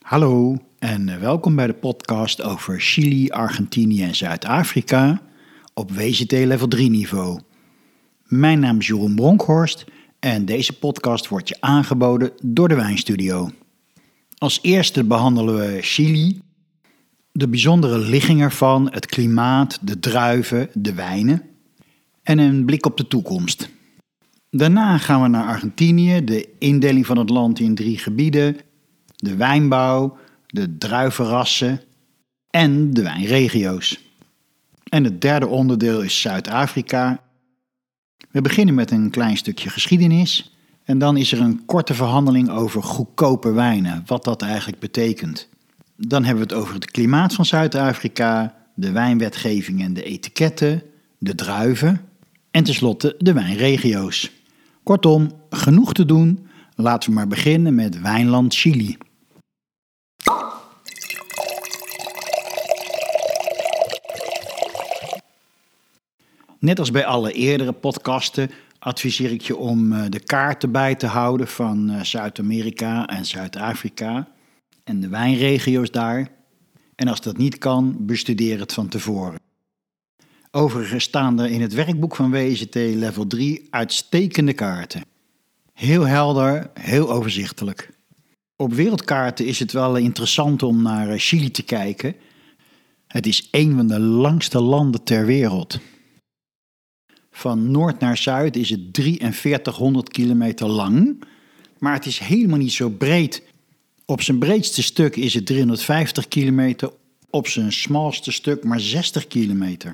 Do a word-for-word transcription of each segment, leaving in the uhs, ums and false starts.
Hallo en welkom bij de podcast over Chili, Argentinië en Zuid-Afrika op W C T level drie niveau. Mijn naam is Jeroen Bronkhorst en deze podcast wordt je aangeboden door de Wijnstudio. Als eerste behandelen we Chili, de bijzondere ligging ervan, het klimaat, de druiven, de wijnen en een blik op de toekomst. Daarna gaan we naar Argentinië, de indeling van het land in drie gebieden, de wijnbouw, de druivenrassen en de wijnregio's. En het derde onderdeel is Zuid-Afrika. We beginnen met een klein stukje geschiedenis en dan is er een korte verhandeling over goedkope wijnen, wat dat eigenlijk betekent. Dan hebben we het over het klimaat van Zuid-Afrika, de wijnwetgeving en de etiketten, de druiven en tenslotte de wijnregio's. Kortom, genoeg te doen. Laten we maar beginnen met wijnland Chili. Net als bij alle eerdere podcasten adviseer ik je om de kaarten bij te houden van Zuid-Amerika en Zuid-Afrika en de wijnregio's daar. En als dat niet kan, bestudeer het van tevoren. Overigens staan er in het werkboek van W C T level drie uitstekende kaarten. Heel helder, heel overzichtelijk. Op wereldkaarten is het wel interessant om naar Chili te kijken. Het is een van de langste landen ter wereld. Van noord naar zuid is het drieënveertighonderd kilometer lang, maar het is helemaal niet zo breed. Op zijn breedste stuk is het driehonderdvijftig kilometer, op zijn smalste stuk maar zestig kilometer.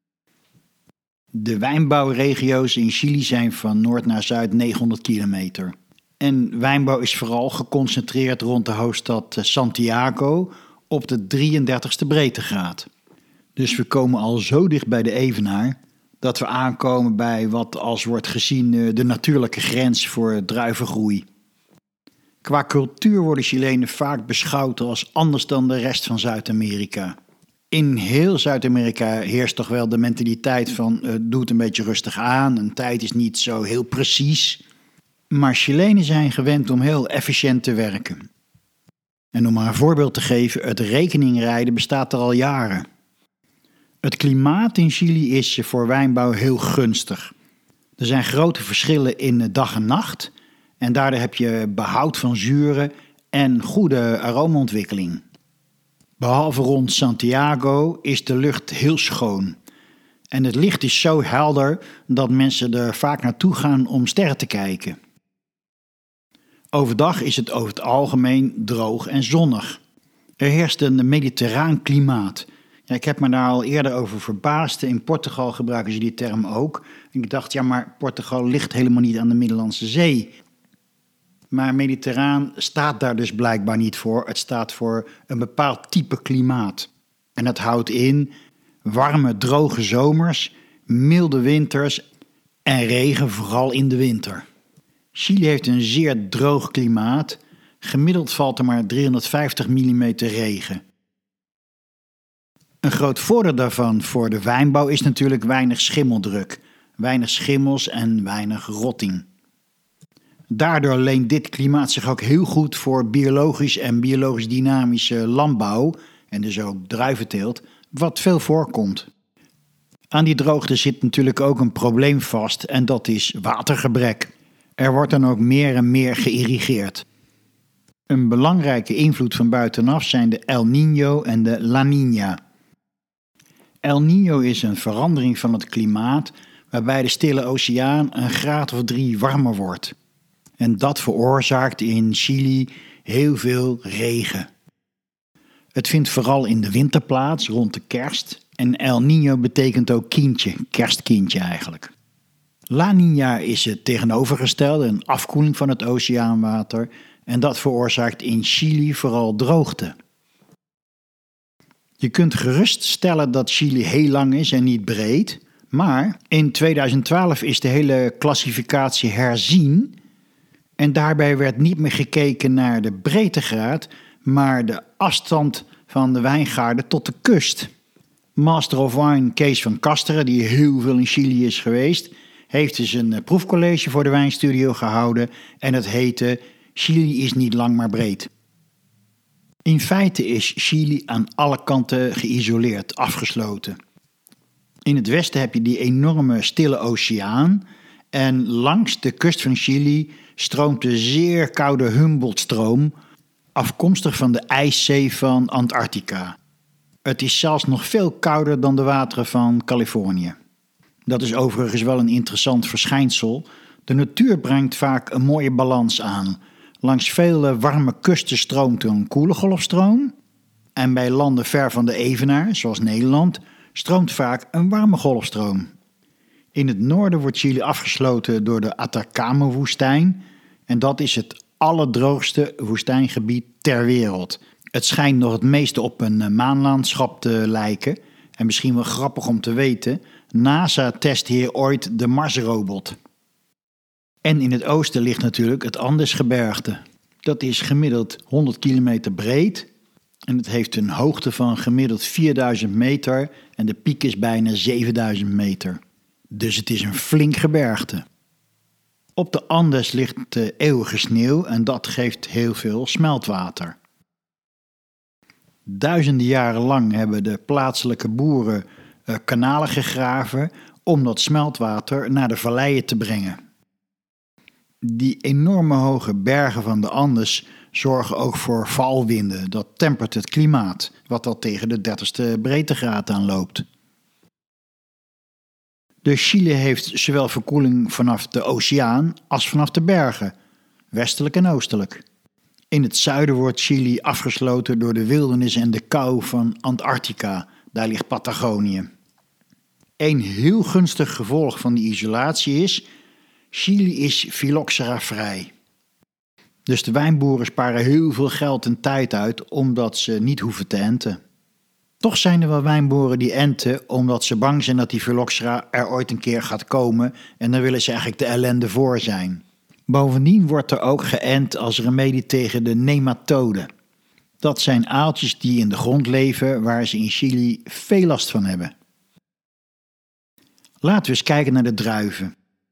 De wijnbouwregio's in Chili zijn van noord naar zuid negenhonderd kilometer. En wijnbouw is vooral geconcentreerd rond de hoofdstad Santiago op de drieëndertigste breedtegraad. Dus we komen al zo dicht bij de evenaar dat we aankomen bij wat als wordt gezien de natuurlijke grens voor druivengroei. Qua cultuur worden Chilenen vaak beschouwd als anders dan de rest van Zuid-Amerika. In heel Zuid-Amerika heerst toch wel de mentaliteit van uh, doe het een beetje rustig aan, een tijd is niet zo heel precies. Maar Chilenen zijn gewend om heel efficiënt te werken. En om maar een voorbeeld te geven, het rekeningrijden bestaat er al jaren. Het klimaat in Chili is voor wijnbouw heel gunstig. Er zijn grote verschillen in dag en nacht en daardoor heb je behoud van zuren en goede aromaontwikkeling. Behalve rond Santiago is de lucht heel schoon. En het licht is zo helder dat mensen er vaak naartoe gaan om sterren te kijken. Overdag is het over het algemeen droog en zonnig. Er heerst een mediterraan klimaat. Ja, ik heb me daar al eerder over verbaasd. In Portugal gebruiken ze die term ook. En ik dacht, ja, maar Portugal ligt helemaal niet aan de Middellandse Zee. Maar mediterraan staat daar dus blijkbaar niet voor. Het staat voor een bepaald type klimaat. En dat houdt in warme, droge zomers, milde winters en regen, vooral in de winter. Chili heeft een zeer droog klimaat. Gemiddeld valt er maar driehonderdvijftig millimeter regen. Een groot voordeel daarvan voor de wijnbouw is natuurlijk weinig schimmeldruk. Weinig schimmels en weinig rotting. Daardoor leent dit klimaat zich ook heel goed voor biologisch en biologisch dynamische landbouw en dus ook druiventeelt, wat veel voorkomt. Aan die droogte zit natuurlijk ook een probleem vast en dat is watergebrek. Er wordt dan ook meer en meer geïrrigeerd. Een belangrijke invloed van buitenaf zijn de El Niño en de La Niña. El Niño is een verandering van het klimaat waarbij de Stille Oceaan een graad of drie warmer wordt. En dat veroorzaakt in Chili heel veel regen. Het vindt vooral in de winter plaats, rond de kerst. En El Niño betekent ook kindje, kerstkindje eigenlijk. La Niña is het tegenovergestelde, een afkoeling van het oceaanwater. En dat veroorzaakt in Chili vooral droogte. Je kunt gerust stellen dat Chili heel lang is en niet breed. Maar in tweeduizend twaalf is de hele klassificatie herzien. En daarbij werd niet meer gekeken naar de breedtegraad, maar de afstand van de wijngaarden tot de kust. Master of Wine Kees van Kasteren, die heel veel in Chili is geweest, heeft dus een proefcollege voor de Wijnstudio gehouden en het heette Chili is niet lang maar breed. In feite is Chili aan alle kanten geïsoleerd, afgesloten. In het westen heb je die enorme stille oceaan en langs de kust van Chili stroomt de zeer koude Humboldt-stroom, afkomstig van de ijszee van Antarctica. Het is zelfs nog veel kouder dan de wateren van Californië. Dat is overigens wel een interessant verschijnsel. De natuur brengt vaak een mooie balans aan. Langs vele warme kusten stroomt een koele golfstroom. En bij landen ver van de evenaar, zoals Nederland, stroomt vaak een warme golfstroom. In het noorden wordt Chili afgesloten door de Atacama-woestijn. En dat is het allerdroogste woestijngebied ter wereld. Het schijnt nog het meeste op een maanlandschap te lijken. En misschien wel grappig om te weten, NASA test hier ooit de Mars-robot. En in het oosten ligt natuurlijk het Andesgebergte. Dat is gemiddeld honderd kilometer breed en het heeft een hoogte van gemiddeld vierduizend meter en de piek is bijna zevenduizend meter. Dus het is een flink gebergte. Op de Andes ligt de eeuwige sneeuw en dat geeft heel veel smeltwater. Duizenden jaren lang hebben de plaatselijke boeren uh, kanalen gegraven om dat smeltwater naar de valleien te brengen. Die enorme hoge bergen van de Andes zorgen ook voor valwinden. Dat tempert het klimaat, wat al tegen de dertigste breedtegraad aanloopt. Dus Chili heeft zowel verkoeling vanaf de oceaan als vanaf de bergen, westelijk en oostelijk. In het zuiden wordt Chili afgesloten door de wildernis en de kou van Antarctica. Daar ligt Patagonië. Een heel gunstig gevolg van die isolatie is: Chili is phylloxera-vrij. Dus de wijnboeren sparen heel veel geld en tijd uit omdat ze niet hoeven te enten. Toch zijn er wel wijnboeren die enten omdat ze bang zijn dat die phylloxera er ooit een keer gaat komen en dan willen ze eigenlijk de ellende voor zijn. Bovendien wordt er ook geënt als remedie tegen de nematoden. Dat zijn aaltjes die in de grond leven waar ze in Chili veel last van hebben. Laten we eens kijken naar de druiven.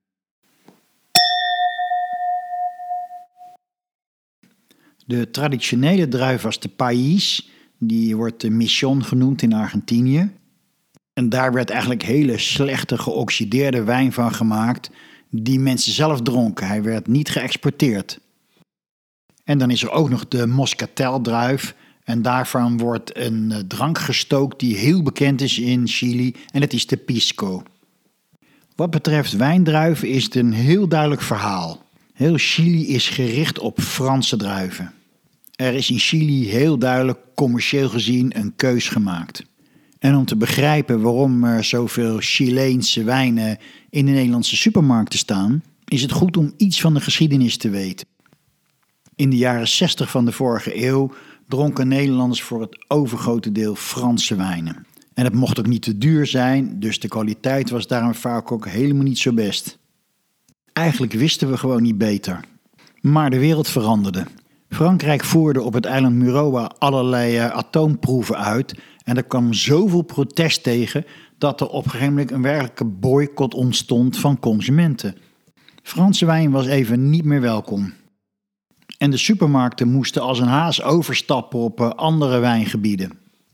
De traditionele druif was de País, die wordt de Mission genoemd in Argentinië. En daar werd eigenlijk hele slechte geoxideerde wijn van gemaakt die mensen zelf dronken. Hij werd niet geëxporteerd. En dan is er ook nog de Moscatel-druif en daarvan wordt een drank gestookt die heel bekend is in Chili en dat is de Pisco. Wat betreft wijndruiven is het een heel duidelijk verhaal. Heel Chili is gericht op Franse druiven. Er is in Chili heel duidelijk commercieel gezien een keus gemaakt. En om te begrijpen waarom er zoveel Chileense wijnen in de Nederlandse supermarkten staan, is het goed om iets van de geschiedenis te weten. In de jaren zestig van de vorige eeuw dronken Nederlanders voor het overgrote deel Franse wijnen. En het mocht ook niet te duur zijn, dus de kwaliteit was daarom vaak ook helemaal niet zo best. Eigenlijk wisten we gewoon niet beter. Maar de wereld veranderde. Frankrijk voerde op het eiland Mururoa allerlei uh, atoomproeven uit en er kwam zoveel protest tegen dat er op een gegeven moment een werkelijke boycott ontstond van consumenten. Franse wijn was even niet meer welkom. En de supermarkten moesten als een haas overstappen op uh, andere wijngebieden.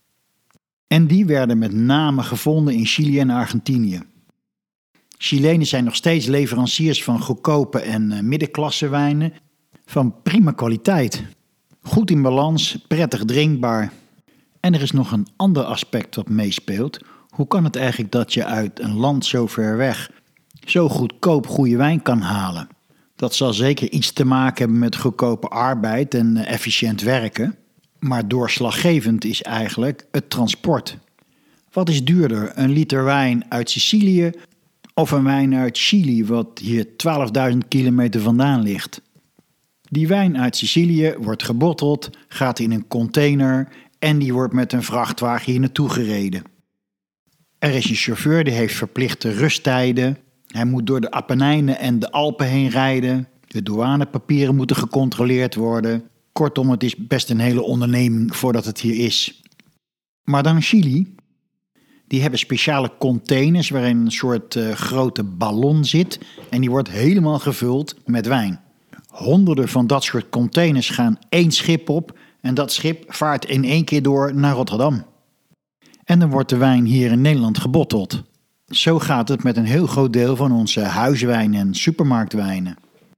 En die werden met name gevonden in Chili en Argentinië. Chilenen zijn nog steeds leveranciers van goedkope en uh, middenklasse wijnen van prima kwaliteit. Goed in balans, prettig drinkbaar. En er is nog een ander aspect dat meespeelt. Hoe kan het eigenlijk dat je uit een land zo ver weg zo goedkoop goede wijn kan halen? Dat zal zeker iets te maken hebben met goedkope arbeid en uh, efficiënt werken. Maar doorslaggevend is eigenlijk het transport. Wat is duurder, een liter wijn uit Sicilië of een wijn uit Chili wat hier twaalfduizend kilometer vandaan ligt? Die wijn uit Sicilië wordt gebotteld, gaat in een container en die wordt met een vrachtwagen hier naartoe gereden. Er is een chauffeur die heeft verplichte rusttijden. Hij moet door de Appenijnen en de Alpen heen rijden. De douanepapieren moeten gecontroleerd worden. Kortom, het is best een hele onderneming voordat het hier is. Maar dan Chili. Die hebben speciale containers waarin een soort uh, grote ballon zit en die wordt helemaal gevuld met wijn. Honderden van dat soort containers gaan één schip op En dat schip vaart in één keer door naar Rotterdam. En dan wordt de wijn hier in Nederland gebotteld. Zo gaat het met een heel groot deel van onze huiswijn en supermarktwijnen.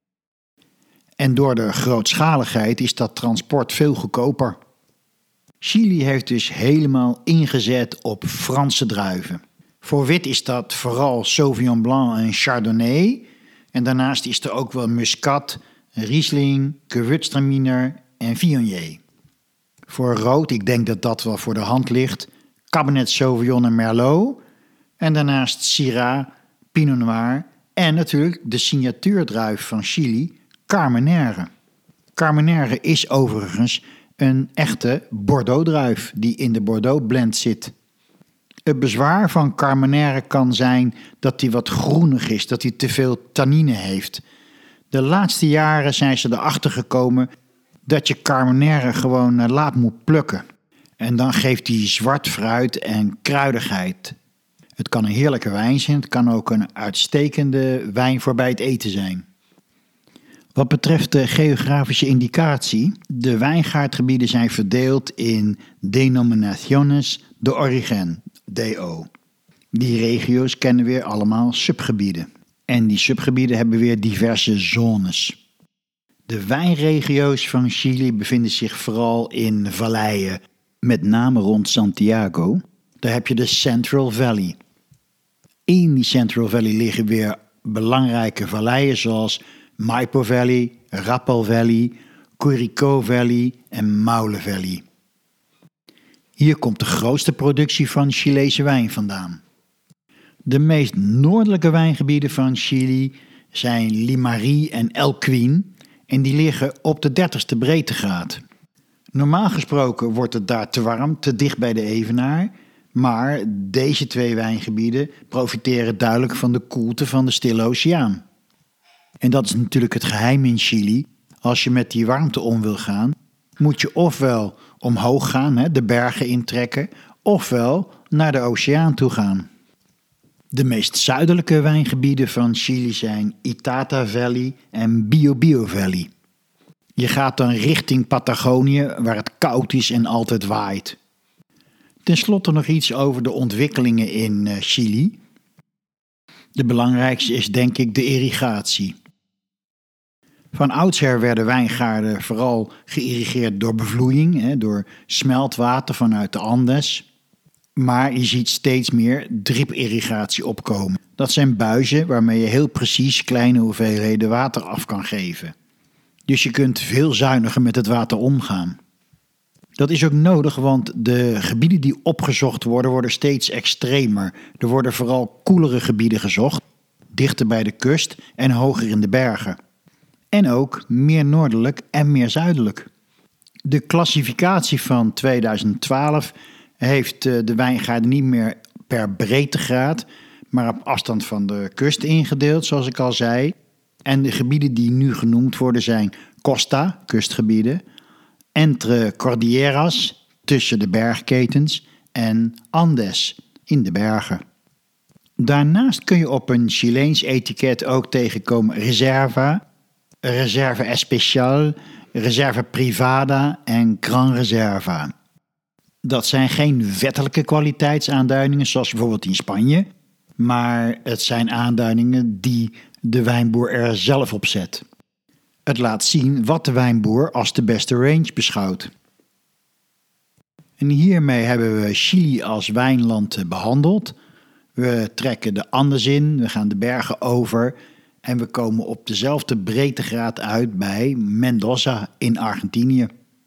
En door de grootschaligheid is dat transport veel goedkoper. Chili heeft dus helemaal ingezet op Franse druiven. Voor wit is dat vooral Sauvignon Blanc en Chardonnay. En daarnaast is er ook wel Muscat, Riesling, Gewürztraminer en Viognier. Voor rood, ik denk dat dat wel voor de hand ligt, Cabernet Sauvignon en Merlot. En daarnaast Syrah, Pinot Noir en natuurlijk de signatuurdruif van Chili, Carmenère. Carmenère is overigens een echte Bordeaux-druif die in de Bordeaux-blend zit. Het bezwaar van Carmenère kan zijn dat hij wat groenig is, dat hij te veel tannine heeft. De laatste jaren zijn ze erachter gekomen dat je Carmenère gewoon laat moet plukken. En dan geeft hij zwart fruit en kruidigheid. Het kan een heerlijke wijn zijn, het kan ook een uitstekende wijn voor bij het eten zijn. Wat betreft de geografische indicatie, de wijngaardgebieden zijn verdeeld in denominaciones de origen, D O. Die regio's kennen weer allemaal subgebieden. En die subgebieden hebben weer diverse zones. De wijnregio's van Chili bevinden zich vooral in valleien, met name rond Santiago. Daar heb je de Central Valley. In die Central Valley liggen weer belangrijke valleien zoals Maipo Valley, Rapal Valley, Curicó Valley en Maule Valley. Hier komt de grootste productie van Chilese wijn vandaan. De meest noordelijke wijngebieden van Chili zijn Limarí en Elquín en die liggen op de dertigste breedtegraad. Normaal gesproken wordt het daar te warm, te dicht bij de evenaar, maar deze twee wijngebieden profiteren duidelijk van de koelte van de Stille Oceaan. En dat is natuurlijk het geheim in Chili. Als je met die warmte om wil gaan, moet je ofwel omhoog gaan, de bergen intrekken, ofwel naar de oceaan toe gaan. De meest zuidelijke wijngebieden van Chili zijn Itata Valley en Biobío Valley. Je gaat dan richting Patagonië, waar het koud is en altijd waait. Ten slotte nog iets over de ontwikkelingen in Chili. De belangrijkste is denk ik de irrigatie. Van oudsher werden wijngaarden vooral geïrrigeerd door bevloeiing, door smeltwater vanuit de Andes. Maar je ziet steeds meer dripirrigatie opkomen. Dat zijn buizen waarmee je heel precies kleine hoeveelheden water af kan geven. Dus je kunt veel zuiniger met het water omgaan. Dat is ook nodig, want de gebieden die opgezocht worden, worden steeds extremer. Er worden vooral koelere gebieden gezocht, dichter bij de kust en hoger in de bergen. En ook meer noordelijk en meer zuidelijk. De klassificatie van tweeduizend twaalf heeft de wijngaarden niet meer per breedtegraad, maar op afstand van de kust ingedeeld, zoals ik al zei. En de gebieden die nu genoemd worden zijn Costa, kustgebieden, Entre Cordilleras, tussen de bergketens, en Andes, in de bergen. Daarnaast kun je op een Chileens etiket ook tegenkomen Reserva, Reserva Especial, Reserva Privada en Gran Reserva. Dat zijn geen wettelijke kwaliteitsaanduidingen zoals bijvoorbeeld in Spanje, maar het zijn aanduidingen die de wijnboer er zelf op zet. Het laat zien wat de wijnboer als de beste range beschouwt. En hiermee hebben we Chili als wijnland behandeld. We trekken de Andes in, we gaan de bergen over en we komen op dezelfde breedtegraad uit bij Mendoza in Argentinië.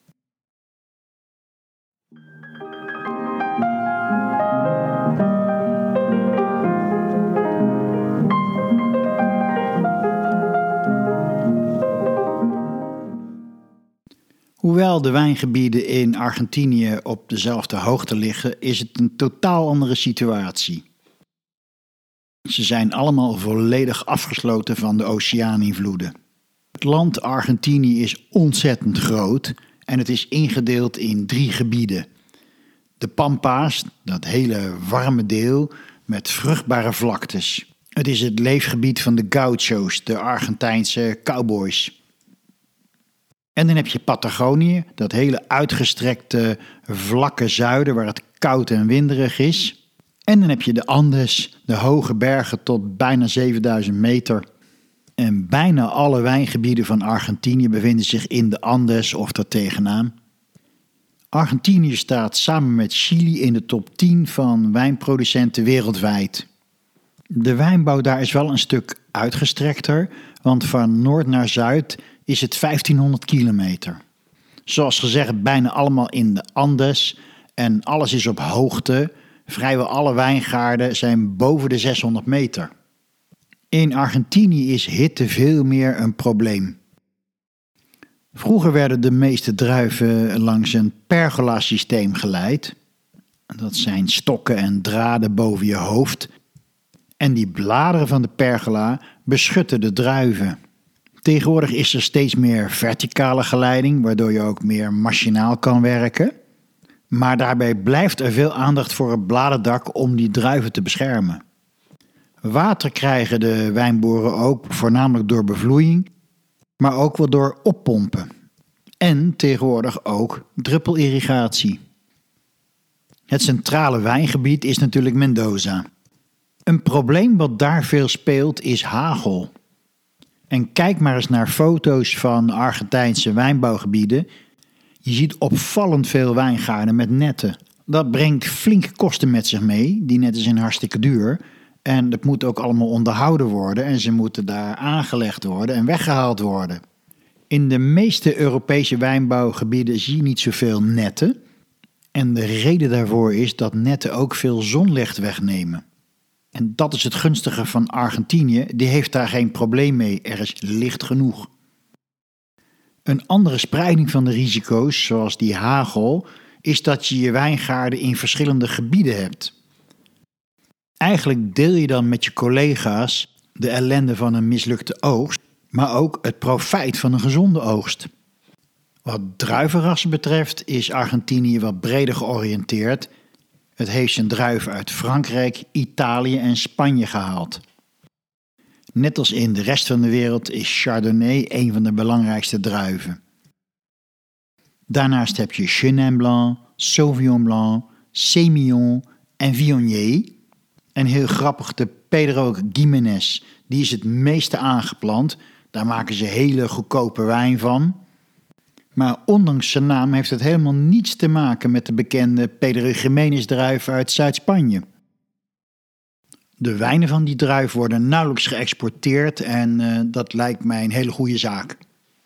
Hoewel de wijngebieden in Argentinië op dezelfde hoogte liggen, is het een totaal andere situatie. Ze zijn allemaal volledig afgesloten van de oceaaninvloeden. Het land Argentinië is ontzettend groot en het is ingedeeld in drie gebieden. De Pampa's, dat hele warme deel met vruchtbare vlaktes. Het is het leefgebied van de gauchos, de Argentijnse cowboys. En dan heb je Patagonië, dat hele uitgestrekte vlakke zuiden waar het koud en winderig is. En dan heb je de Andes, de hoge bergen tot bijna zevenduizend meter. En bijna alle wijngebieden van Argentinië bevinden zich in de Andes of daartegenaan. Argentinië staat samen met Chili in de top tien van wijnproducenten wereldwijd. De wijnbouw daar is wel een stuk uitgestrekter, want van noord naar zuid is het vijftienhonderd kilometer. Zoals gezegd, bijna allemaal in de Andes en alles is op hoogte. Vrijwel alle wijngaarden zijn boven de zeshonderd meter. In Argentinië is hitte veel meer een probleem. Vroeger werden de meeste druiven langs een pergola-systeem geleid. Dat zijn stokken en draden boven je hoofd. En die bladeren van de pergola beschutten de druiven. Tegenwoordig is er steeds meer verticale geleiding, waardoor je ook meer machinaal kan werken. Maar daarbij blijft er veel aandacht voor het bladerdak om die druiven te beschermen. Water krijgen de wijnboeren ook voornamelijk door bevloeiing, maar ook wel door oppompen. En tegenwoordig ook druppelirrigatie. Het centrale wijngebied is natuurlijk Mendoza. Een probleem wat daar veel speelt is hagel. En kijk maar eens naar foto's van Argentijnse wijnbouwgebieden. Je ziet opvallend veel wijngaarden met netten. Dat brengt flinke kosten met zich mee. Die netten zijn hartstikke duur. En dat moet ook allemaal onderhouden worden. En ze moeten daar aangelegd worden en weggehaald worden. In de meeste Europese wijnbouwgebieden zie je niet zoveel netten. En de reden daarvoor is dat netten ook veel zonlicht wegnemen. En dat is het gunstige van Argentinië. Die heeft daar geen probleem mee. Er is licht genoeg. Een andere spreiding van de risico's, zoals die hagel, is dat je je wijngaarden in verschillende gebieden hebt. Eigenlijk deel je dan met je collega's de ellende van een mislukte oogst, maar ook het profijt van een gezonde oogst. Wat druivenrassen betreft is Argentinië wat breder georiënteerd. Het heeft zijn druiven uit Frankrijk, Italië en Spanje gehaald. Net als in de rest van de wereld is Chardonnay een van de belangrijkste druiven. Daarnaast heb je Chenin Blanc, Sauvignon Blanc, Sémillon en Viognier. En heel grappig, de Pedro Ximénez, die is het meeste aangeplant. Daar maken ze hele goedkope wijn van. Maar ondanks zijn naam heeft het helemaal niets te maken met de bekende Pedro Ximénez druif uit Zuid-Spanje. De wijnen van die druif worden nauwelijks geëxporteerd en uh, dat lijkt mij een hele goede zaak.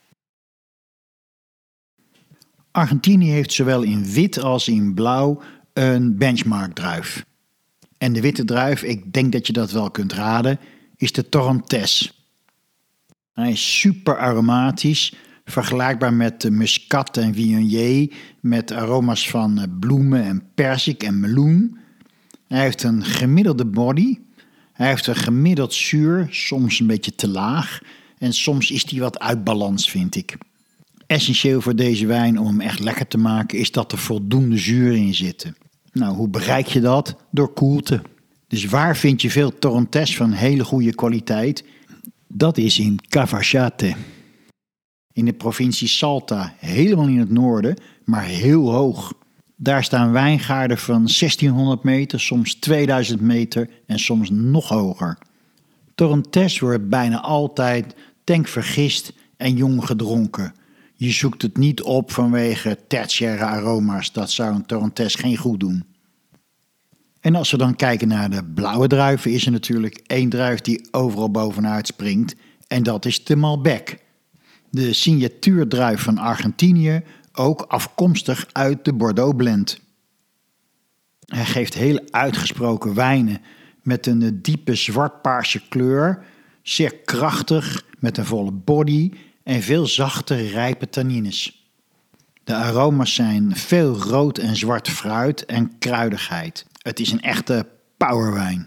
Argentinië heeft zowel in wit als in blauw een benchmark druif. En de witte druif, ik denk dat je dat wel kunt raden, is de Torrontés. Hij is super aromatisch, vergelijkbaar met de Muscat en Viognier, met aroma's van bloemen en perzik en meloen. Hij heeft een gemiddelde body, hij heeft een gemiddeld zuur, soms een beetje te laag en soms is die wat uit balans, vind ik. Essentieel voor deze wijn om hem echt lekker te maken is dat er voldoende zuur in zit. Nou, hoe bereik je dat? Door koelte. Dus waar vind je veel Torrontés van hele goede kwaliteit? Dat is in Cafayate. In de provincie Salta, helemaal in het noorden, maar heel hoog. Daar staan wijngaarden van zestienhonderd meter, soms tweeduizend meter en soms nog hoger. Torrontés wordt bijna altijd tankvergist en jong gedronken. Je zoekt het niet op vanwege tertiaire aroma's, dat zou een Torrontés geen goed doen. En als we dan kijken naar de blauwe druiven, is er natuurlijk één druif die overal bovenuit springt en dat is de Malbec. De signatuurdruif van Argentinië, ook afkomstig uit de Bordeaux blend. Hij geeft heel uitgesproken wijnen met een diepe zwartpaarse kleur, zeer krachtig, met een volle body en veel zachte, rijpe tannines. De aroma's zijn veel rood en zwart fruit en kruidigheid. Het is een echte powerwijn.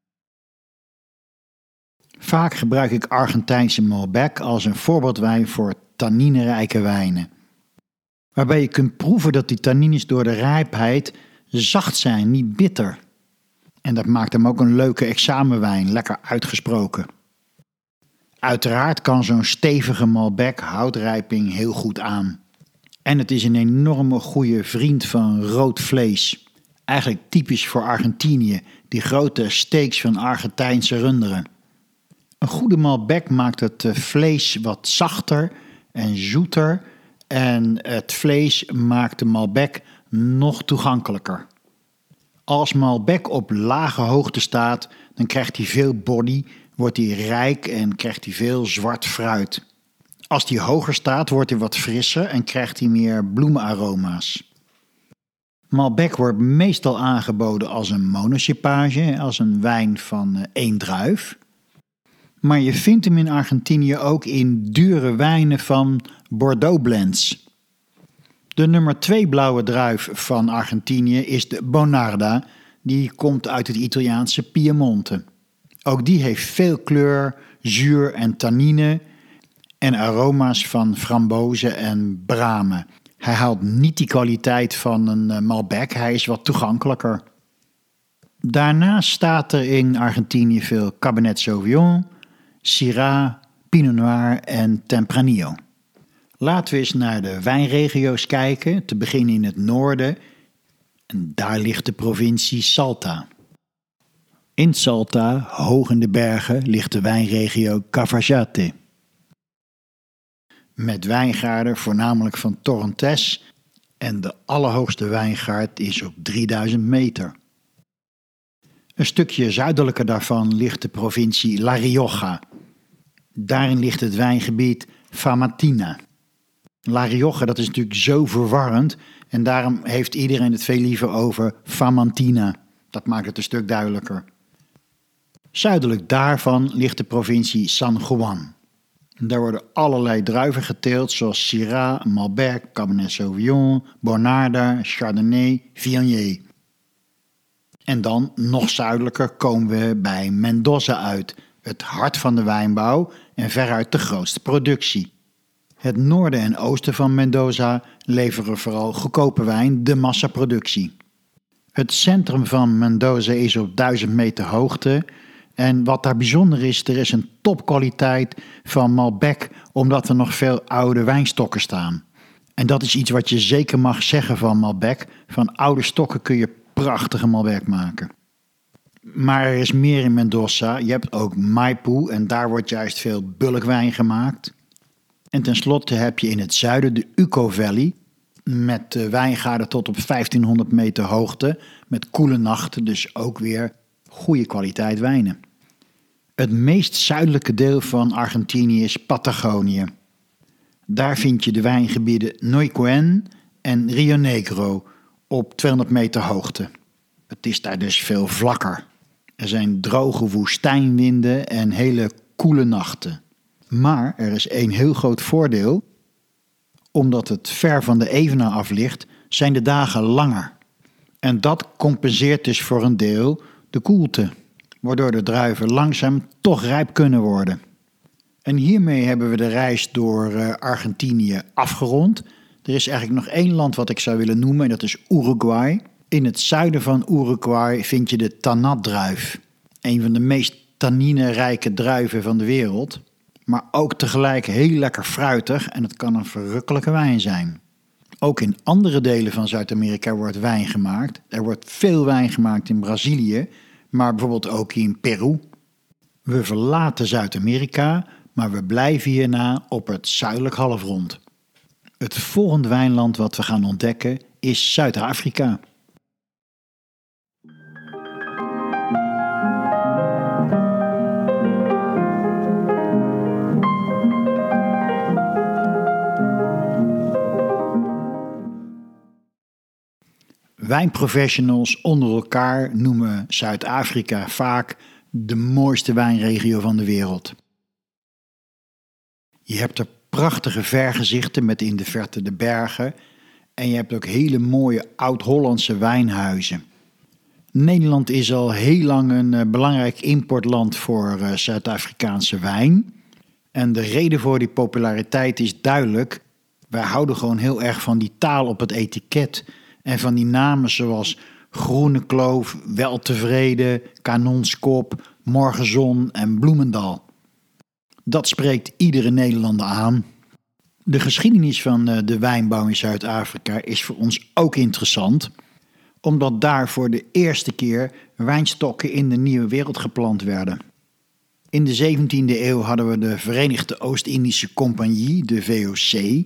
Vaak gebruik ik Argentijnse Malbec als een voorbeeldwijn voor tanninerijke wijnen. Waarbij je kunt proeven dat die tannines door de rijpheid zacht zijn, niet bitter. En dat maakt hem ook een leuke examenwijn, lekker uitgesproken. Uiteraard kan zo'n stevige Malbec houtrijping heel goed aan. En het is een enorme goede vriend van rood vlees. Eigenlijk typisch voor Argentinië, die grote steaks van Argentijnse runderen. Een goede Malbec maakt het vlees wat zachter en zoeter en het vlees maakt de Malbec nog toegankelijker. Als Malbec op lage hoogte staat, dan krijgt hij veel body, wordt hij rijk en krijgt hij veel zwart fruit. Als hij hoger staat, wordt hij wat frisser en krijgt hij meer bloemenaroma's. Malbec wordt meestal aangeboden als een monocepage, als een wijn van één druif. Maar je vindt hem in Argentinië ook in dure wijnen van Bordeaux blends. De nummer twee blauwe druif van Argentinië is de Bonarda. Die komt uit het Italiaanse Piemonte. Ook die heeft veel kleur, zuur en tannine en aroma's van frambozen en bramen. Hij haalt niet die kwaliteit van een Malbec, hij is wat toegankelijker. Daarnaast staat er in Argentinië veel Cabernet Sauvignon, Syrah, Pinot Noir en Tempranillo. Laten we eens naar de wijnregio's kijken, te beginnen in het noorden. En daar ligt de provincie Salta. In Salta, hoog in de bergen, ligt de wijnregio Cafayate. Met wijngaarden voornamelijk van Torrontés en de allerhoogste wijngaard is op drieduizend meter. Een stukje zuidelijker daarvan ligt de provincie La Rioja. Daarin ligt het wijngebied Famatina. La Rioja, dat is natuurlijk zo verwarrend en daarom heeft iedereen het veel liever over Famantina. Dat maakt het een stuk duidelijker. Zuidelijk daarvan ligt de provincie San Juan. Daar worden allerlei druiven geteeld zoals Syrah, Malbec, Cabernet Sauvignon, Bonarda, Chardonnay, Viognier. En dan, nog zuidelijker, komen we bij Mendoza uit, het hart van de wijnbouw en veruit de grootste productie. Het noorden en oosten van Mendoza leveren vooral goedkope wijn, de massaproductie. Het centrum van Mendoza is op duizend meter hoogte en wat daar bijzonder is, er is een topkwaliteit van Malbec omdat er nog veel oude wijnstokken staan. En dat is iets wat je zeker mag zeggen van Malbec, van oude stokken kun je prachtige Malbec maken. Maar er is meer in Mendoza. Je hebt ook Maipú en daar wordt juist veel bulkwijn gemaakt. En tenslotte heb je in het zuiden de Uco Valley met wijngaarden tot op vijftienhonderd meter hoogte met koele nachten, dus ook weer goede kwaliteit wijnen. Het meest zuidelijke deel van Argentinië is Patagonië. Daar vind je de wijngebieden Neuquén en Rio Negro op tweehonderd meter hoogte. Het is daar dus veel vlakker. Er zijn droge woestijnwinden en hele koele nachten. Maar er is één heel groot voordeel. Omdat het ver van de evenaar af ligt, zijn de dagen langer. En dat compenseert dus voor een deel de koelte, waardoor de druiven langzaam toch rijp kunnen worden. En hiermee hebben we de reis door uh, Argentinië afgerond. Er is eigenlijk nog één land wat ik zou willen noemen en dat is Uruguay. In het zuiden van Uruguay vind je de Tannat-druif. Een van de meest tanninerijke druiven van de wereld. Maar ook tegelijk heel lekker fruitig en het kan een verrukkelijke wijn zijn. Ook in andere delen van Zuid-Amerika wordt wijn gemaakt. Er wordt veel wijn gemaakt in Brazilië, maar bijvoorbeeld ook in Peru. We verlaten Zuid-Amerika, maar we blijven hierna op het zuidelijk halfrond. Het volgende wijnland wat we gaan ontdekken is Zuid-Afrika. Wijnprofessionals onder elkaar noemen Zuid-Afrika vaak de mooiste wijnregio van de wereld. Je hebt er prachtige vergezichten met in de verte de bergen en je hebt ook hele mooie oud-Hollandse wijnhuizen. Nederland is al heel lang een uh, belangrijk importland voor uh, Zuid-Afrikaanse wijn. En de reden voor die populariteit is duidelijk. Wij houden gewoon heel erg van die taal op het etiket en van die namen zoals Groene Kloof, Weltevreden, Kanonskop, Morgenzon en Bloemendal. Dat spreekt iedere Nederlander aan. De geschiedenis van de wijnbouw in Zuid-Afrika is voor ons ook interessant, omdat daar voor de eerste keer wijnstokken in de nieuwe wereld geplant werden. In de zeventiende eeuw hadden we de Verenigde Oost-Indische Compagnie, de V O C.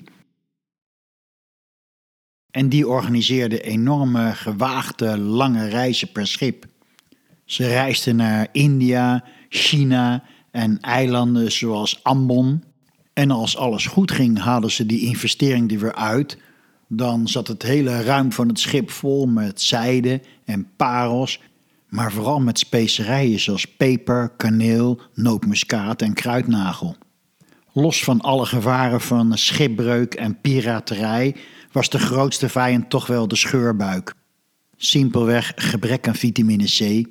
En die organiseerde enorme, gewaagde, lange reizen per schip. Ze reisden naar India, China en eilanden zoals Ambon. En als alles goed ging, haalden ze die investering er weer uit. Dan zat het hele ruim van het schip vol met zijde en parels, maar vooral met specerijen zoals peper, kaneel, nootmuskaat en kruidnagel. Los van alle gevaren van schipbreuk en piraterij was de grootste vijand toch wel de scheurbuik. Simpelweg gebrek aan vitamine C.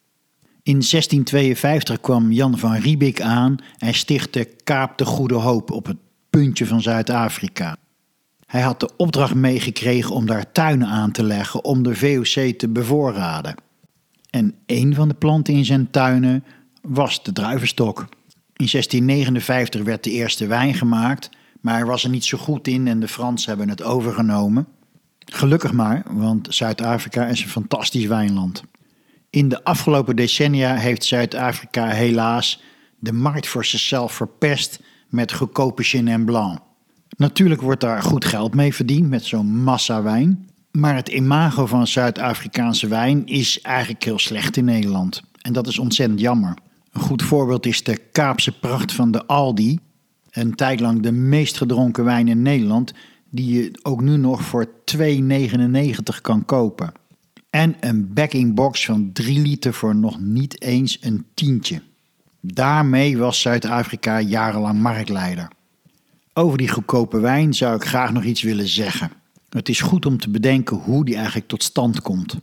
In zestien tweeënvijftig kwam Jan van Riebeeck aan en stichtte Kaap de Goede Hoop op het puntje van Zuid-Afrika. Hij had de opdracht meegekregen om daar tuinen aan te leggen om de V O C te bevoorraden. En een van de planten in zijn tuinen was de druivenstok. In zestien negenenvijftig werd de eerste wijn gemaakt, maar hij was er niet zo goed in en de Fransen hebben het overgenomen. Gelukkig maar, want Zuid-Afrika is een fantastisch wijnland. In de afgelopen decennia heeft Zuid-Afrika helaas de markt voor zichzelf verpest met goedkope Chenin Blanc. Natuurlijk wordt daar goed geld mee verdiend met zo'n massa wijn, maar het imago van Zuid-Afrikaanse wijn is eigenlijk heel slecht in Nederland. En dat is ontzettend jammer. Een goed voorbeeld is de Kaapse pracht van de Aldi, een tijd lang de meest gedronken wijn in Nederland, die je ook nu nog voor twee negenennegentig kan kopen. En een bag-in-box van drie liter voor nog niet eens een tientje. Daarmee was Zuid-Afrika jarenlang marktleider. Over die goedkope wijn zou ik graag nog iets willen zeggen. Het is goed om te bedenken hoe die eigenlijk tot stand komt.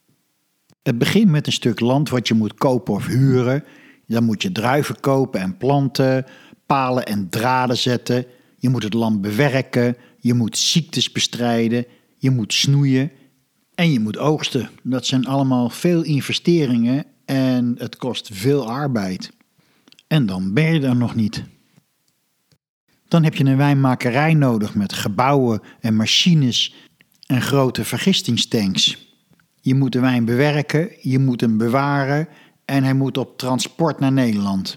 Het begint met een stuk land wat je moet kopen of huren. Dan moet je druiven kopen en planten, palen en draden zetten. Je moet het land bewerken, je moet ziektes bestrijden, je moet snoeien en je moet oogsten. Dat zijn allemaal veel investeringen en het kost veel arbeid. En dan ben je er nog niet. Dan heb je een wijnmakerij nodig met gebouwen en machines en grote vergistingstanks. Je moet de wijn bewerken, je moet hem bewaren en hij moet op transport naar Nederland.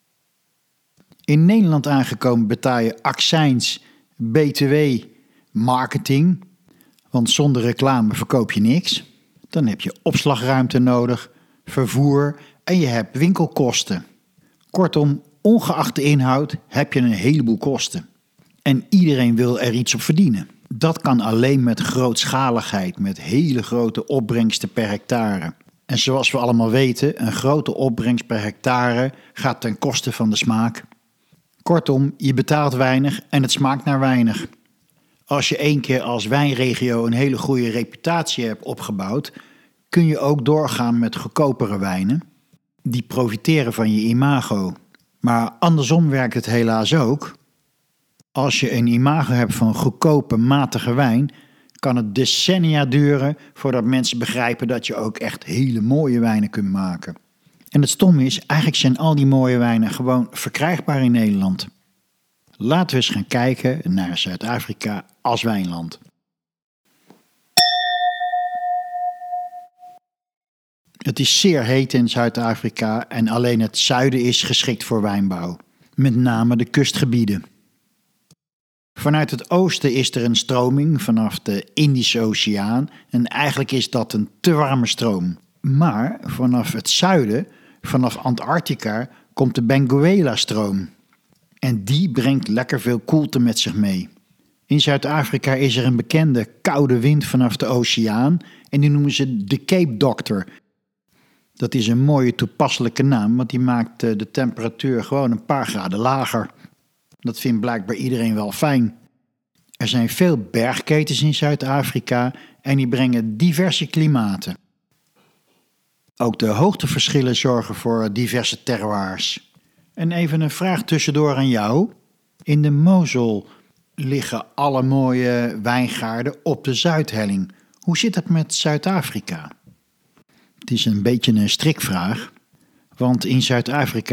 In Nederland aangekomen betaal je accijns, B T W, marketing, want zonder reclame verkoop je niks. Dan heb je opslagruimte nodig, vervoer en je hebt winkelkosten. Kortom, ongeacht de inhoud heb je een heleboel kosten. En iedereen wil er iets op verdienen. Dat kan alleen met grootschaligheid, met hele grote opbrengsten per hectare. En zoals we allemaal weten, een grote opbrengst per hectare gaat ten koste van de smaak. Kortom, je betaalt weinig en het smaakt naar weinig. Als je één keer als wijnregio een hele goede reputatie hebt opgebouwd, kun je ook doorgaan met goedkopere wijnen. Die profiteren van je imago. Maar andersom werkt het helaas ook. Als je een imago hebt van goedkope, matige wijn, kan het decennia duren voordat mensen begrijpen dat je ook echt hele mooie wijnen kunt maken. En het stomme is, eigenlijk zijn al die mooie wijnen gewoon verkrijgbaar in Nederland. Laten we eens gaan kijken naar Zuid-Afrika als wijnland. Het is zeer heet in Zuid-Afrika en alleen het zuiden is geschikt voor wijnbouw. Met name de kustgebieden. Vanuit het oosten is er een stroming vanaf de Indische Oceaan en eigenlijk is dat een te warme stroom. Maar vanaf het zuiden, vanaf Antarctica, komt de Benguela-stroom. En die brengt lekker veel koelte met zich mee. In Zuid-Afrika is er een bekende koude wind vanaf de oceaan en die noemen ze de Cape Doctor. Dat is een mooie toepasselijke naam, want die maakt de temperatuur gewoon een paar graden lager. Dat vindt blijkbaar iedereen wel fijn. Er zijn veel bergketens in Zuid-Afrika en die brengen diverse klimaten. Ook de hoogteverschillen zorgen voor diverse terroirs. En even een vraag tussendoor aan jou. In de Mosel liggen alle mooie wijngaarden op de Zuidhelling. Hoe zit het met Zuid-Afrika? Het is een beetje een strikvraag, want in Zuid-Afrika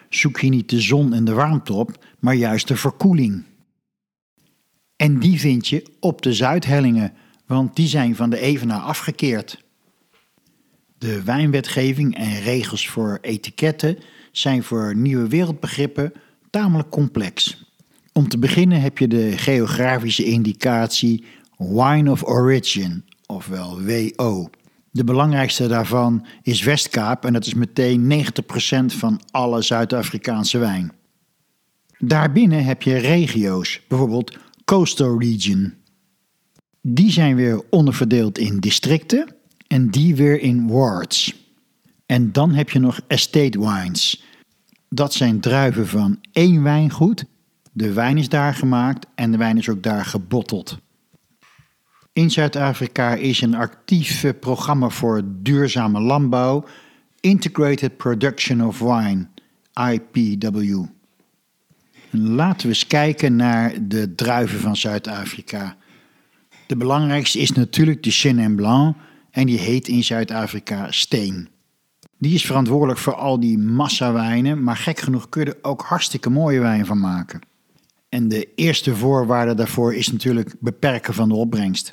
zoek je niet de zon en de warmte op, maar juist de verkoeling. En die vind je op de Zuidhellingen, want die zijn van de Evenaar afgekeerd. De wijnwetgeving en regels voor etiketten zijn voor nieuwe wereldbegrippen tamelijk complex. Om te beginnen heb je de geografische indicatie Wine of Origin, ofwel W O. De belangrijkste daarvan is Westkaap en dat is meteen negentig procent van alle Zuid-Afrikaanse wijn. Daarbinnen heb je regio's, bijvoorbeeld Coastal Region. Die zijn weer onderverdeeld in districten en die weer in wards. En dan heb je nog estate wines. Dat zijn druiven van één wijngoed. De wijn is daar gemaakt en de wijn is ook daar gebotteld. In Zuid-Afrika is een actief programma voor duurzame landbouw, Integrated Production of Wine, I P W. Laten we eens kijken naar de druiven van Zuid-Afrika. De belangrijkste is natuurlijk de Chenin Blanc en die heet in Zuid-Afrika Steen. Die is verantwoordelijk voor al die massawijnen, maar gek genoeg kun je er ook hartstikke mooie wijn van maken. En de eerste voorwaarde daarvoor is natuurlijk beperken van de opbrengst.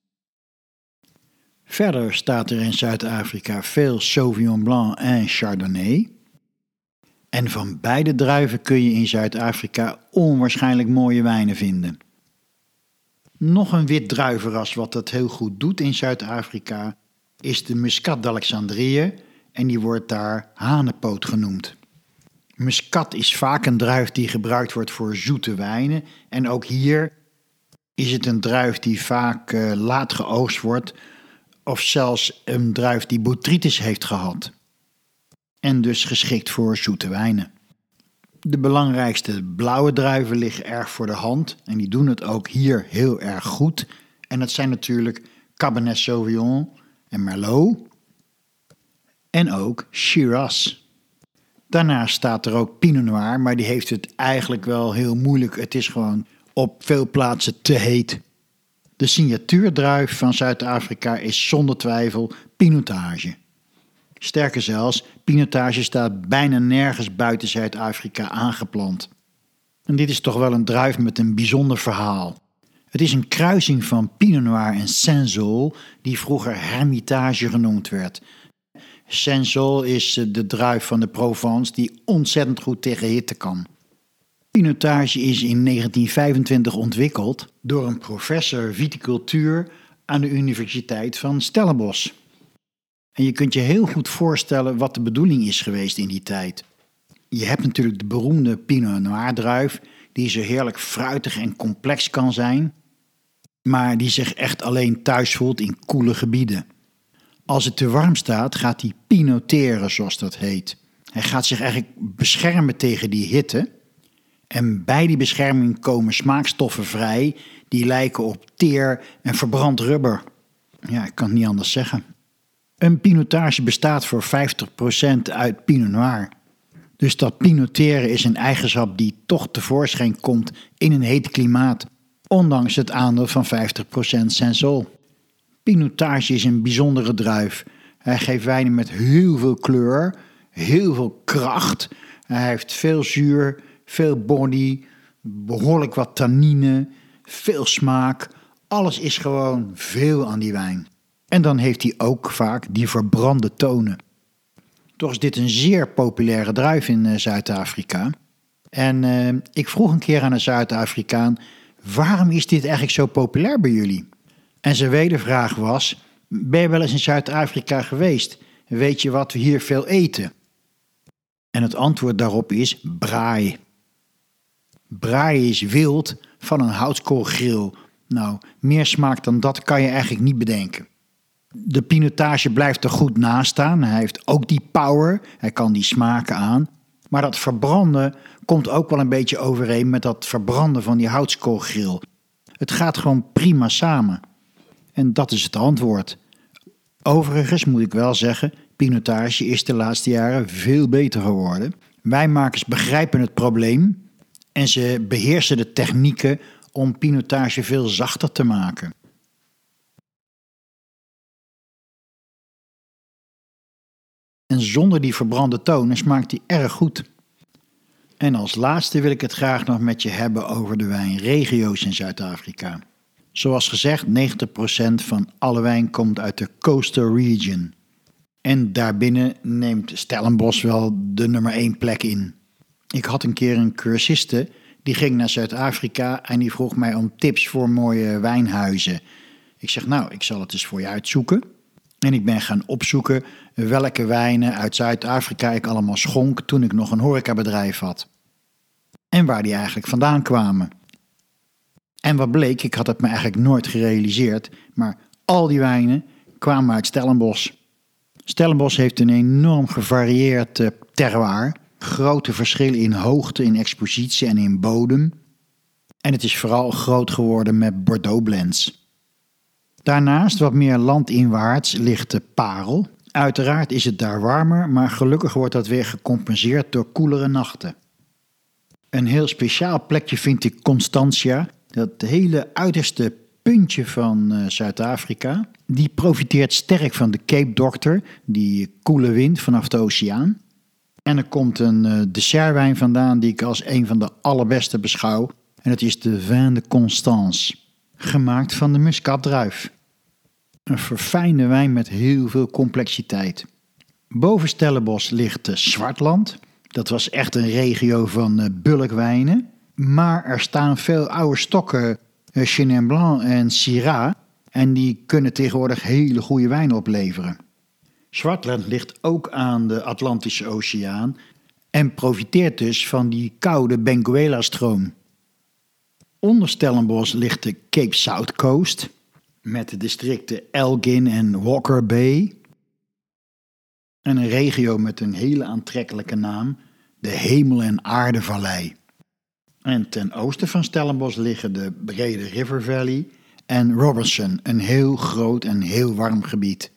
Verder staat er in Zuid-Afrika veel Sauvignon Blanc en Chardonnay. En van beide druiven kun je in Zuid-Afrika onwaarschijnlijk mooie wijnen vinden. Nog een wit druivenras wat dat heel goed doet in Zuid-Afrika is de Muscat d'Alexandrië en die wordt daar hanepoot genoemd. Muscat is vaak een druif die gebruikt wordt voor zoete wijnen en ook hier is het een druif die vaak uh, laat geoogst wordt of zelfs een druif die botrytis heeft gehad en dus geschikt voor zoete wijnen. De belangrijkste blauwe druiven liggen erg voor de hand en die doen het ook hier heel erg goed. En dat zijn natuurlijk Cabernet Sauvignon en Merlot en ook Shiraz. Daarnaast staat er ook Pinot Noir, maar die heeft het eigenlijk wel heel moeilijk. Het is gewoon op veel plaatsen te heet. De signatuurdruif van Zuid-Afrika is zonder twijfel Pinotage. Sterker zelfs, Pinotage staat bijna nergens buiten Zuid-Afrika aangeplant. En dit is toch wel een druif met een bijzonder verhaal. Het is een kruising van Pinot Noir en Cinsault, die vroeger Hermitage genoemd werd. Cinsault is de druif van de Provence die ontzettend goed tegen hitte kan. Pinotage is in negentien vijfentwintig ontwikkeld door een professor viticultuur aan de Universiteit van Stellenbosch. En je kunt je heel goed voorstellen wat de bedoeling is geweest in die tijd. Je hebt natuurlijk de beroemde Pinot Noir druif, die zo heerlijk fruitig en complex kan zijn, maar die zich echt alleen thuis voelt in koele gebieden. Als het te warm staat, gaat hij pinoteren, zoals dat heet. Hij gaat zich eigenlijk beschermen tegen die hitte. En bij die bescherming komen smaakstoffen vrij die lijken op teer en verbrand rubber. Ja, ik kan het niet anders zeggen. Een pinotage bestaat voor vijftig procent uit Pinot Noir. Dus dat pinoteren is een eigenschap die toch tevoorschijn komt in een heet klimaat, ondanks het aandeel van vijftig procent Cinsault. Pinotage is een bijzondere druif. Hij geeft wijnen met heel veel kleur, heel veel kracht. Hij heeft veel zuur, veel body, behoorlijk wat tannine, veel smaak. Alles is gewoon veel aan die wijn. En dan heeft hij ook vaak die verbrande tonen. Toch is dit een zeer populaire druif in uh, Zuid-Afrika. En uh, ik vroeg een keer aan een Zuid-Afrikaan, waarom is dit eigenlijk zo populair bij jullie? En zijn wedervraag was, ben je wel eens in Zuid-Afrika geweest? Weet je wat we hier veel eten? En het antwoord daarop is braai. Braai is wild van een houtskoolgrill. Nou, meer smaak dan dat kan je eigenlijk niet bedenken. De pinotage blijft er goed naast staan. Hij heeft ook die power. Hij kan die smaken aan. Maar dat verbranden komt ook wel een beetje overeen met dat verbranden van die houtskoolgrill. Het gaat gewoon prima samen. En dat is het antwoord. Overigens moet ik wel zeggen, pinotage is de laatste jaren veel beter geworden. Wijnmakers begrijpen het probleem en ze beheersen de technieken om pinotage veel zachter te maken. En zonder die verbrande tonen smaakt die erg goed. En als laatste wil ik het graag nog met je hebben over de wijnregio's in Zuid-Afrika. Zoals gezegd, negentig procent van alle wijn komt uit de Coastal Region. En daarbinnen neemt Stellenbosch wel de nummer één plek in. Ik had een keer een cursiste, die ging naar Zuid-Afrika en die vroeg mij om tips voor mooie wijnhuizen. Ik zeg, nou, ik zal het eens voor je uitzoeken. En ik ben gaan opzoeken welke wijnen uit Zuid-Afrika ik allemaal schonk toen ik nog een horecabedrijf had. En waar die eigenlijk vandaan kwamen. En wat bleek, ik had het me eigenlijk nooit gerealiseerd, maar al die wijnen kwamen uit Stellenbosch. Stellenbosch heeft een enorm gevarieerd uh, terroir, grote verschillen in hoogte, in expositie en in bodem. En het is vooral groot geworden met Bordeaux blends. Daarnaast, wat meer landinwaarts, ligt de Parel. Uiteraard is het daar warmer, maar gelukkig wordt dat weer gecompenseerd door koelere nachten. Een heel speciaal plekje vind ik Constantia, dat hele uiterste puntje van uh, Zuid-Afrika. Die profiteert sterk van de Cape Doctor, die koele wind vanaf de oceaan. En er komt een uh, dessertwijn vandaan die ik als een van de allerbeste beschouw. En dat is de Vin de Constance, gemaakt van de muscatdruif. Een verfijnde wijn met heel veel complexiteit. Boven Stellenbosch ligt uh, Zwartland. Dat was echt een regio van uh, bulkwijnen. Maar er staan veel oude stokken, uh, Chenin Blanc en Syrah. En die kunnen tegenwoordig hele goede wijn opleveren. Zwartland ligt ook aan de Atlantische Oceaan en profiteert dus van die koude Benguela-stroom. Onder Stellenbosch ligt de Cape South Coast met de districten Elgin en Walker Bay. En een regio met een hele aantrekkelijke naam, de Hemel- en Aardevallei. En ten oosten van Stellenbosch liggen de brede River Valley en Robertson, een heel groot en heel warm gebied.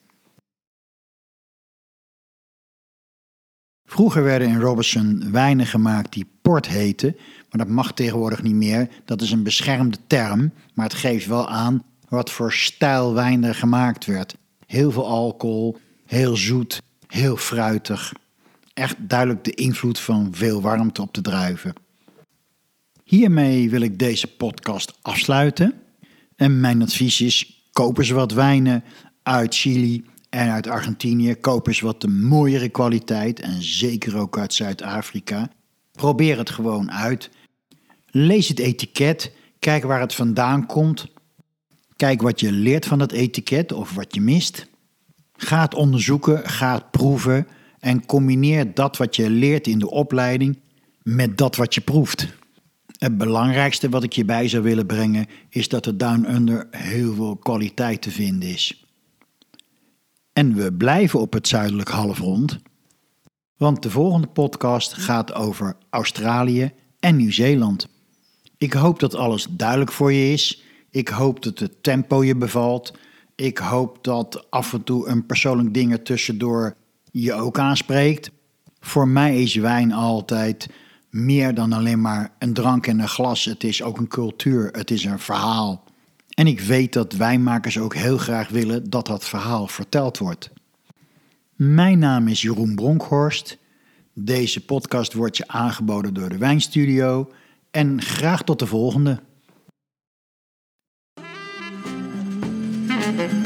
Vroeger werden in Robertson wijnen gemaakt die port heten, maar dat mag tegenwoordig niet meer. Dat is een beschermde term, maar het geeft wel aan wat voor stijl wijn er gemaakt werd. Heel veel alcohol, heel zoet, heel fruitig. Echt duidelijk de invloed van veel warmte op de druiven. Hiermee wil ik deze podcast afsluiten. En mijn advies is, koop eens wat wijnen uit Chili en uit Argentinië. Koop eens wat de mooiere kwaliteit en zeker ook uit Zuid-Afrika. Probeer het gewoon uit. Lees het etiket, kijk waar het vandaan komt. Kijk wat je leert van het etiket of wat je mist. Ga het onderzoeken, ga het proeven en combineer dat wat je leert in de opleiding met dat wat je proeft. Het belangrijkste wat ik je bij zou willen brengen is dat er Down Under heel veel kwaliteit te vinden is. En we blijven op het zuidelijk halfrond, want de volgende podcast gaat over Australië en Nieuw-Zeeland. Ik hoop dat alles duidelijk voor je is. Ik hoop dat het tempo je bevalt. Ik hoop dat af en toe een persoonlijk ding er tussendoor je ook aanspreekt. Voor mij is wijn altijd meer dan alleen maar een drank en een glas. Het is ook een cultuur, het is een verhaal. En ik weet dat wijnmakers ook heel graag willen dat dat verhaal verteld wordt. Mijn naam is Jeroen Bronkhorst. Deze podcast wordt je aangeboden door de Wijnstudio. En graag tot de volgende.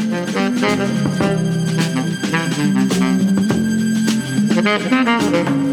Thank you.